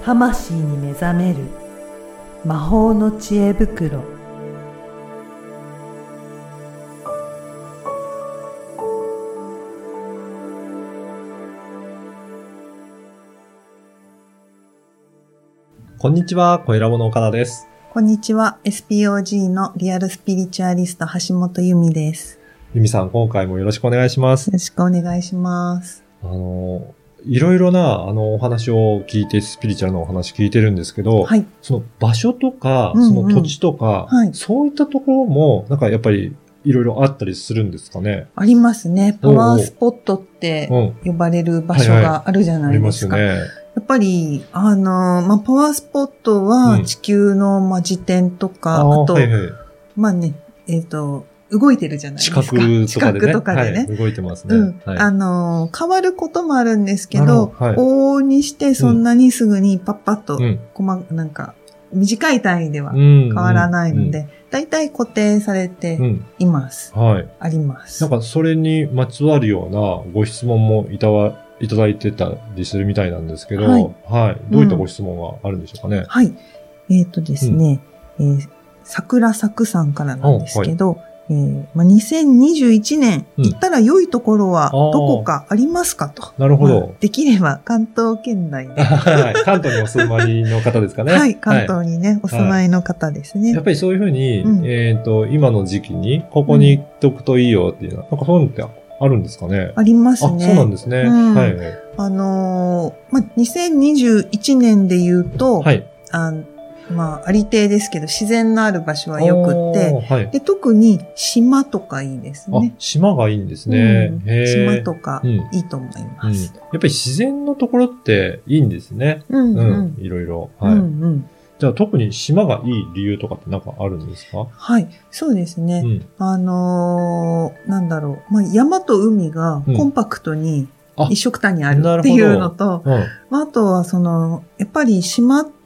魂に目覚める魔法の知恵袋。 こんにちは、小ラボの岡田です。 こんにちは、SPOG のリアルスピリチュアリスト橋本由美です。 由美さん、今回もよろしくお願いします。 よろしくお願いします。 いろいろな、お話を聞いて、スピリチュアルのお話聞いてるんですけど、 はい。 その場所とか、その土地とか、 はい、 そういったところも、なんかやっぱり、いろいろあったりするんですかね。 ありますね。パワースポットって呼ばれる場所があるじゃないですか。 ありますよね。 やっぱり、パワースポットは地球の、自転とか、あと、 はいはい、 動いてるじゃないですか。 近くとかでね。 はい、 動いてますね。 はい、変わることもあるんですけど、 はい、 往々にしてそんなにすぐにパッパッと、なんか、短い単位では変わらないので、だいたい固定されています。 はい。 あります。 なんかそれにまつわるようなご質問もいただいてたりするみたいなんですけど、はい。はい。どういったご質問があるんでしょうかね。 はい。ですね、桜咲くさんからなんですけど、2021年行ったら良いところはどこかありますかと。 なるほど。 できれば関東圏内で。 はい。関東にお住まいの方ですかね。 はい。関東にね、お住まいの方ですね。 やっぱりそういうふうに、今の時期にここに行っとくといいよっていうのは、なんかそういうのってあるんですかね。 ありますね。 そうなんですね。はい。 2021年で言うと、 はい。 ありていですけど、自然のある場所はよくて、 はい、 で、特に島とかいいですね。 島がいいんですね。 島とかいいと思います、 やっぱり自然のところっていいんですね。いろいろ。はい。じゃあ特に島がいい理由とかってなんかあるんですか？ はい、そうですね。なんだろう。山と海がコンパクトに一緒くたにあるっていうのと、あとはやっぱり島って、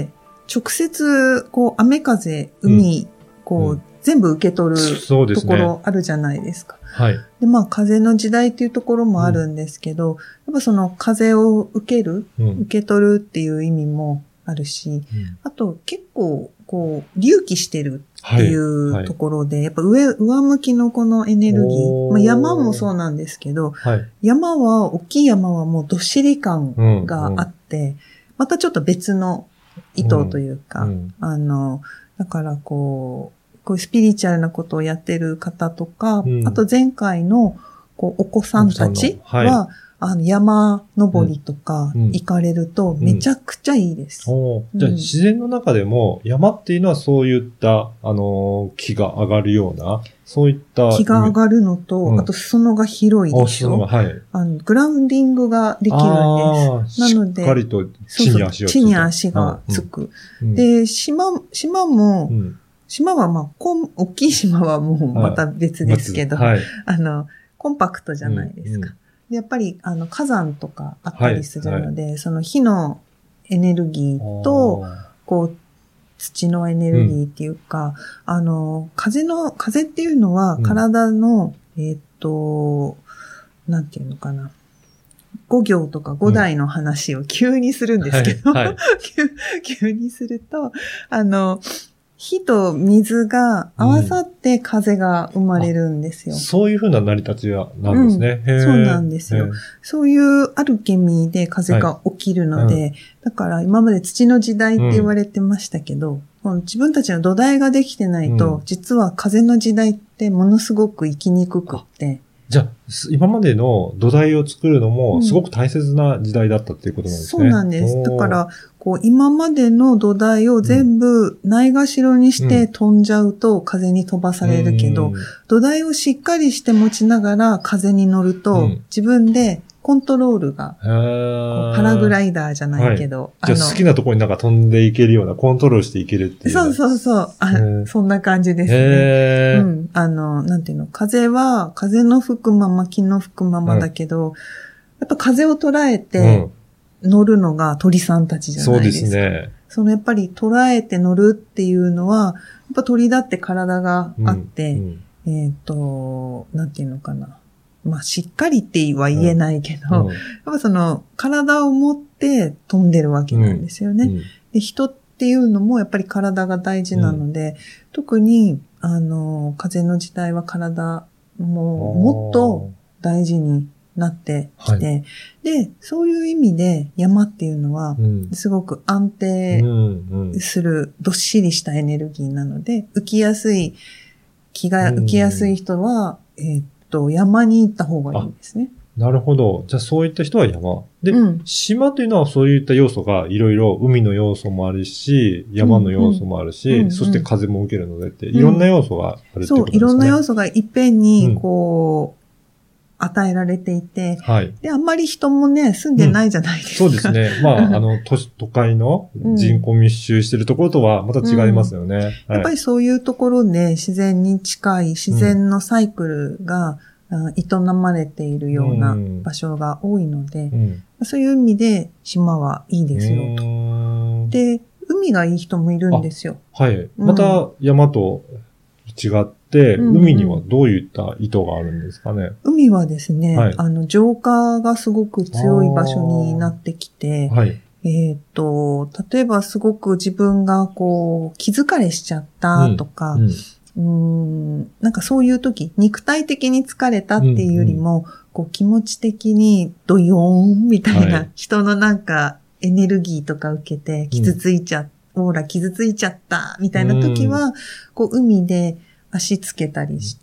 直接、雨風、海、全部受け取るところあるじゃないですか。 はい。 で、風の時代っていうところもあるんですけど、やっぱ風を受け取るっていう意味もあるし、あと結構、隆起してるっていうところで、やっぱ上向きのこのエネルギー、山もそうなんですけど、大きい山はもうどっしり感があって、またちょっと別の意図というか、だからこういうスピリチュアルなことをやってる方とか、あと前回のお子さんたちは、山登りとか行かれるとめちゃくちゃいいです。 じゃあ自然の中でも山っていうのはそういった、木が上がるような、そういった木が上がるのと、あと裾野が広いでしょ。グラウンディングができるんです。なので、 しっかりと地に足をつく。 地に足がつく。で、島は大きい島はもうまた別ですけど、コンパクトじゃないですか。やっぱり、火山とかあったりするので、その火のエネルギーと、土のエネルギーっていうか、風っていうのは体の、なんていうのかな。5行とか5代の話を急にするんですけど、急にすると、火と水が合わさって風が生まれるんですよ。 そういう風な成り立ちなんですね。 そうなんですよ。そういうアルケミーで風が起きるので、だから今まで土の時代って言われてましたけど、自分たちの土台ができてないと、実は風の時代ってものすごく生きにくくって。 じゃあ、今までの土台を作るのもすごく大切な時代だったっていうことなんですね。 そうなんです。だから、今までの土台を全部ないがしろにして飛んじゃうと風に飛ばされるけど、土台をしっかりして持ちながら風に乗ると、自分でコントロールが、パラグライダーじゃないけど。 じゃあ好きなところになんか飛んでいけるような、コントロールしていけるっていう。 そう。そんな感じですね。なんていうの、風は風の吹くまま、気の吹くままだけど、やっぱ風を捉えて乗るのが鳥さんたちじゃないですか。そうですね。やっぱり捉えて乗るっていうのは、やっぱ鳥だって体があって、なんていうのかな。 まあ、しっかりっては言えないけど、やっぱその、体を持って飛んでるわけなんですよね。で、人っていうのもやっぱり体が大事なので、特に、風の時代は体もっと大事になってきて、で、そういう意味で山っていうのは、すごく安定する、どっしりしたエネルギーなので、気が浮きやすい人は、山に行った方がいいんですね。 なるほど。じゃあそういった人は山。で、島というのはそういった要素がいろいろ海の要素もあるし、山の要素もあるし、そして風も受けるのでって、いろんな要素があるってことですね。 そう、いろんな要素がいっぺんに、与えられていて、で、あんまり人もね、住んでないじゃないですか。 そうですね。まあ、都会の人口密集してるところとはまた違いますよね。 やっぱりそういうところで自然に近い自然のサイクルが、営まれているような場所が多いので、そういう意味で島はいいですよと。で、海がいい人もいるんですよ。 また山と違って、海にはどういった意図があるんですかね。 海はですね、浄化がすごく強い場所になってきて、例えばすごく自分が気疲れしちゃったとか、なんかそういう時、肉体的に疲れたっていうよりも、気持ち的にドヨーンみたいな、人のなんかエネルギーとか受けて傷ついちゃったみたいな時は、海で足つけたりして、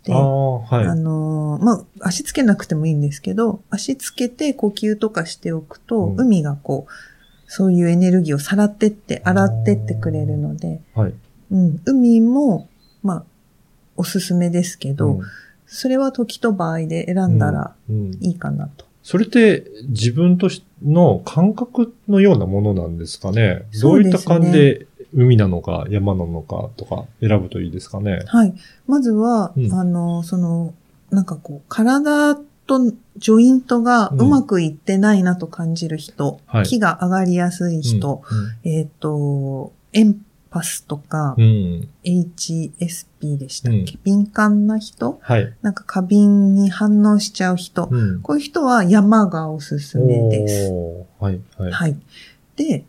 足つけなくてもいいんですけど、足つけて呼吸とかしておくと、海がそういうエネルギーを洗ってってくれるので、海も、おすすめですけど、それは時と場合で選んだらいいかなと。 それって自分の感覚のようなものなんですかね。どういった感じで海なのか山なのかとか選ぶといいですかね。 まずは、体とジョイントがうまくいってないなと感じる人、気が上がりやすい人、エンパスとか、HSP でしたっけ、敏感な人、なんか過敏に反応しちゃう人、こういう人は山がおすすめです。で、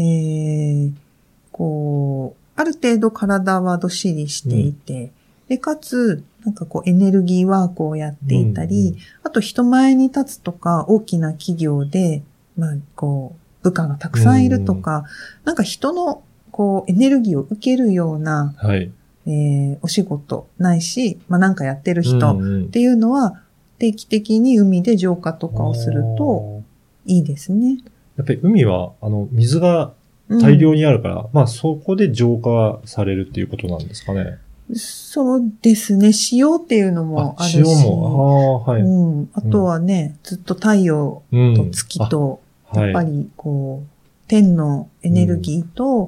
ある程度体はどっしりしていて、で、かつ、なんかエネルギーワークをやっていたり、あと人前に立つとか、大きな企業で、部下がたくさんいるとか、なんか人のエネルギーを受けるような、お仕事ないし、なんかやってる人っていうのは、定期的に海で浄化とかをするといいですね。 やっぱり海は、水が大量にあるから、そこで浄化されるっていうことなんですかね。 そうですね。塩っていうのもあるし。塩も。あとはね、ずっと太陽と月と、やっぱり天のエネルギーと、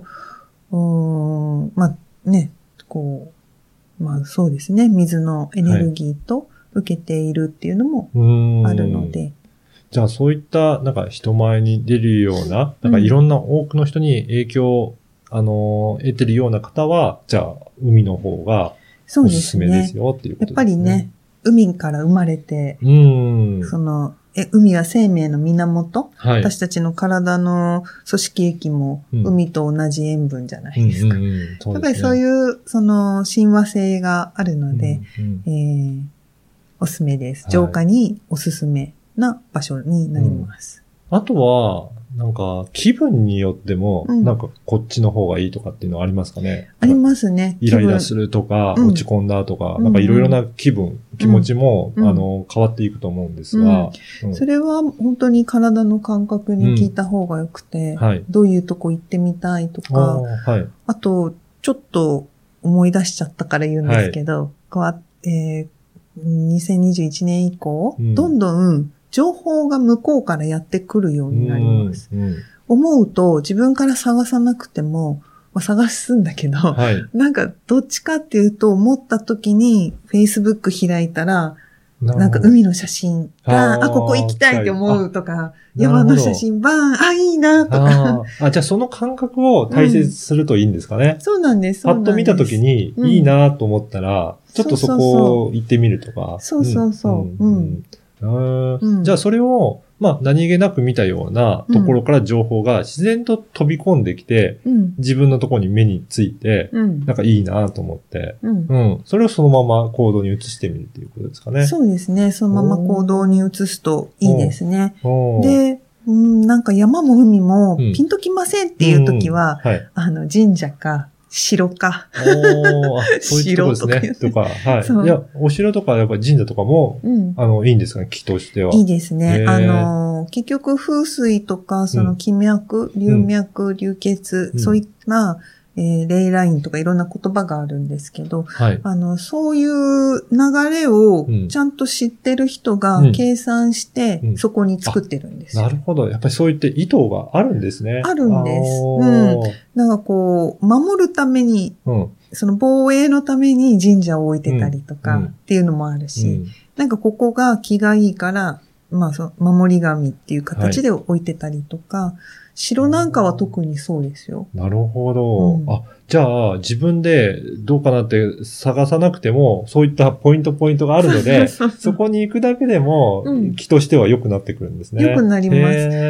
そうですね。水のエネルギーと受けているっていうのもあるので。 じゃあそういった、なんか人前に出るような、なんかいろんな多くの人に影響を、得てるような方は、じゃあ海の方がおすすめですよっていうことですね。 やっぱりね、海から生まれて、海は生命の源、私たちの体の組織液も海と同じ塩分じゃないですか。やっぱりそういう、親和性があるので、おすすめです。浄化におすすめな場所になります。 あとは、なんか気分によっても、なんかこっちの方がいいとかっていうのはありますかね。 ありますね。 イライラするとか、落ち込んだとか、なんかいろいろな気持ちも、変わっていくと思うんですが。 それは本当に体の感覚に聞いた方がよくて、どういうとこ行ってみたいとか、あと、ちょっと思い出しちゃったから言うんですけど、2021年以降、どんどん情報が向こうからやってくるようになります。思うと自分から探さなくても、探すんだけど、なんかどっちかっていうと思った時に Facebook 開いたら、なんか海の写真が、ここ行きたいって思うとか、山の写真バーン、いいなとか。 じゃあその感覚を大切するといいんですかね。 そうなんです。 パッと見た時にいいなと思ったら、ちょっとそこ行ってみるとか。 そう。 じゃあそれを、何気なく見たようなところから情報が自然と飛び込んできて、自分のところに目について、なんかいいなと思って、それをそのまま行動に移してみるっていうことですかね。 そうですね。そのまま行動に移すといいですね。で、なんか山も海もピンときませんっていう時は、神社か、城か。 そういうとこですね。とか、はい。いや、お城とか、やっぱり神社とかも、いいんですかね、気としては。 いいですね。結局、風水とか、その気脈、流脈、流血、そういったレイラインとかいろんな言葉があるんですけど、そういう流れをちゃんと知ってる人が計算して、そこに作ってるんですよ。 なるほど。やっぱりそういった意図があるんですね。 あるんです。だからこう、守るために、その防衛のために神社を置いてたりとかっていうのもあるし、なんかここが気がいいから、守り神っていう形で置いてたりとか、城なんかは特にそうですよ。 なるほど。じゃあ自分でどうかなって探さなくても、そういったポイントがあるので、そこに行くだけでも、気としては良くなってくるんですね。 良くなります。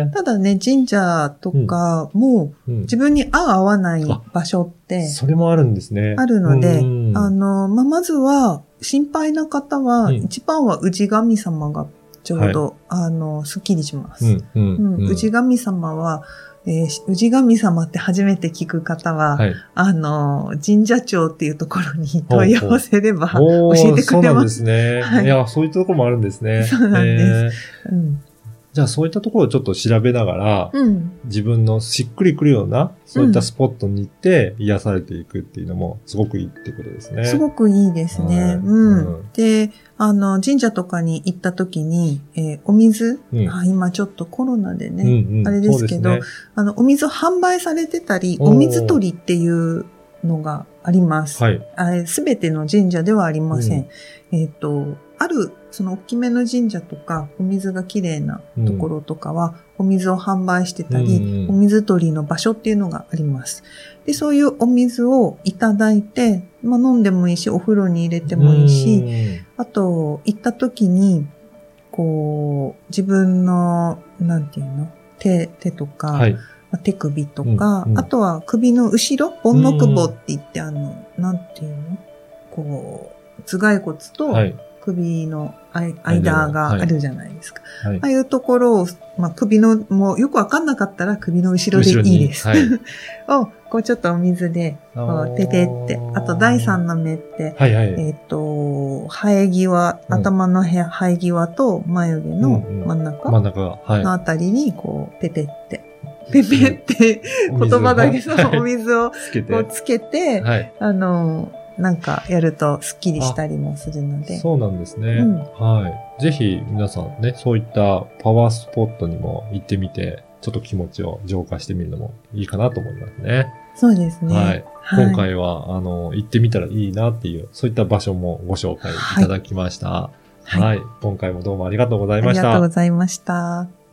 ただね、神社とかも、自分に合わない場所って、 それもあるんですね。 あるので、まずは、心配な方は、一番は氏神様がちょうど、スッキリします。氏神様は、氏神様って初めて聞く方は、神社庁っていうところに問い合わせれば教えてくれます。 そうなんですね。いや、そういったところもあるんですね。 そうなんです。 じゃあそういったところをちょっと調べながら、自分のしっくりくるような、そういったスポットに行って癒されていくっていうのもすごくいいってことですね。 すごくいいですね。で、神社とかに行った時に、お水、今ちょっとコロナでね、あれですけど、お水を販売されてたり、お水取りっていうのがあります。すべての神社ではありません。ある、その大きめの神社とか、お水がきれいなところとかは、お水を販売してたり、お水取りの場所っていうのがあります。で、そういうお水をいただいて、飲んでもいいし、お風呂に入れてもいいし、あと、行った時に、こう、自分の、なんていうの、手とか、手首とか、あとは首の後ろ、盆のくぼって言って、なんていうの、こう、頭蓋骨と、首の間があるじゃないですか。ああいうところを、首の、もうよくわかんなかったら首の後ろでいいです。を、こうちょっとお水で、ペペって、あと第三の目って、生え際、頭の生え際と眉毛の真ん中のあたりに、こう、ペペって、ペペって言葉だけのお水をつけて、なんかやるとスッキリしたりもするので。 そうなんですね。ぜひ皆さんね、そういったパワースポットにも行ってみて、ちょっと気持ちを浄化してみるのもいいかなと思いますね。 そうですね。 今回は、行ってみたらいいなっていう、そういった場所もご紹介いただきました。今回もどうもありがとうございました。 ありがとうございました。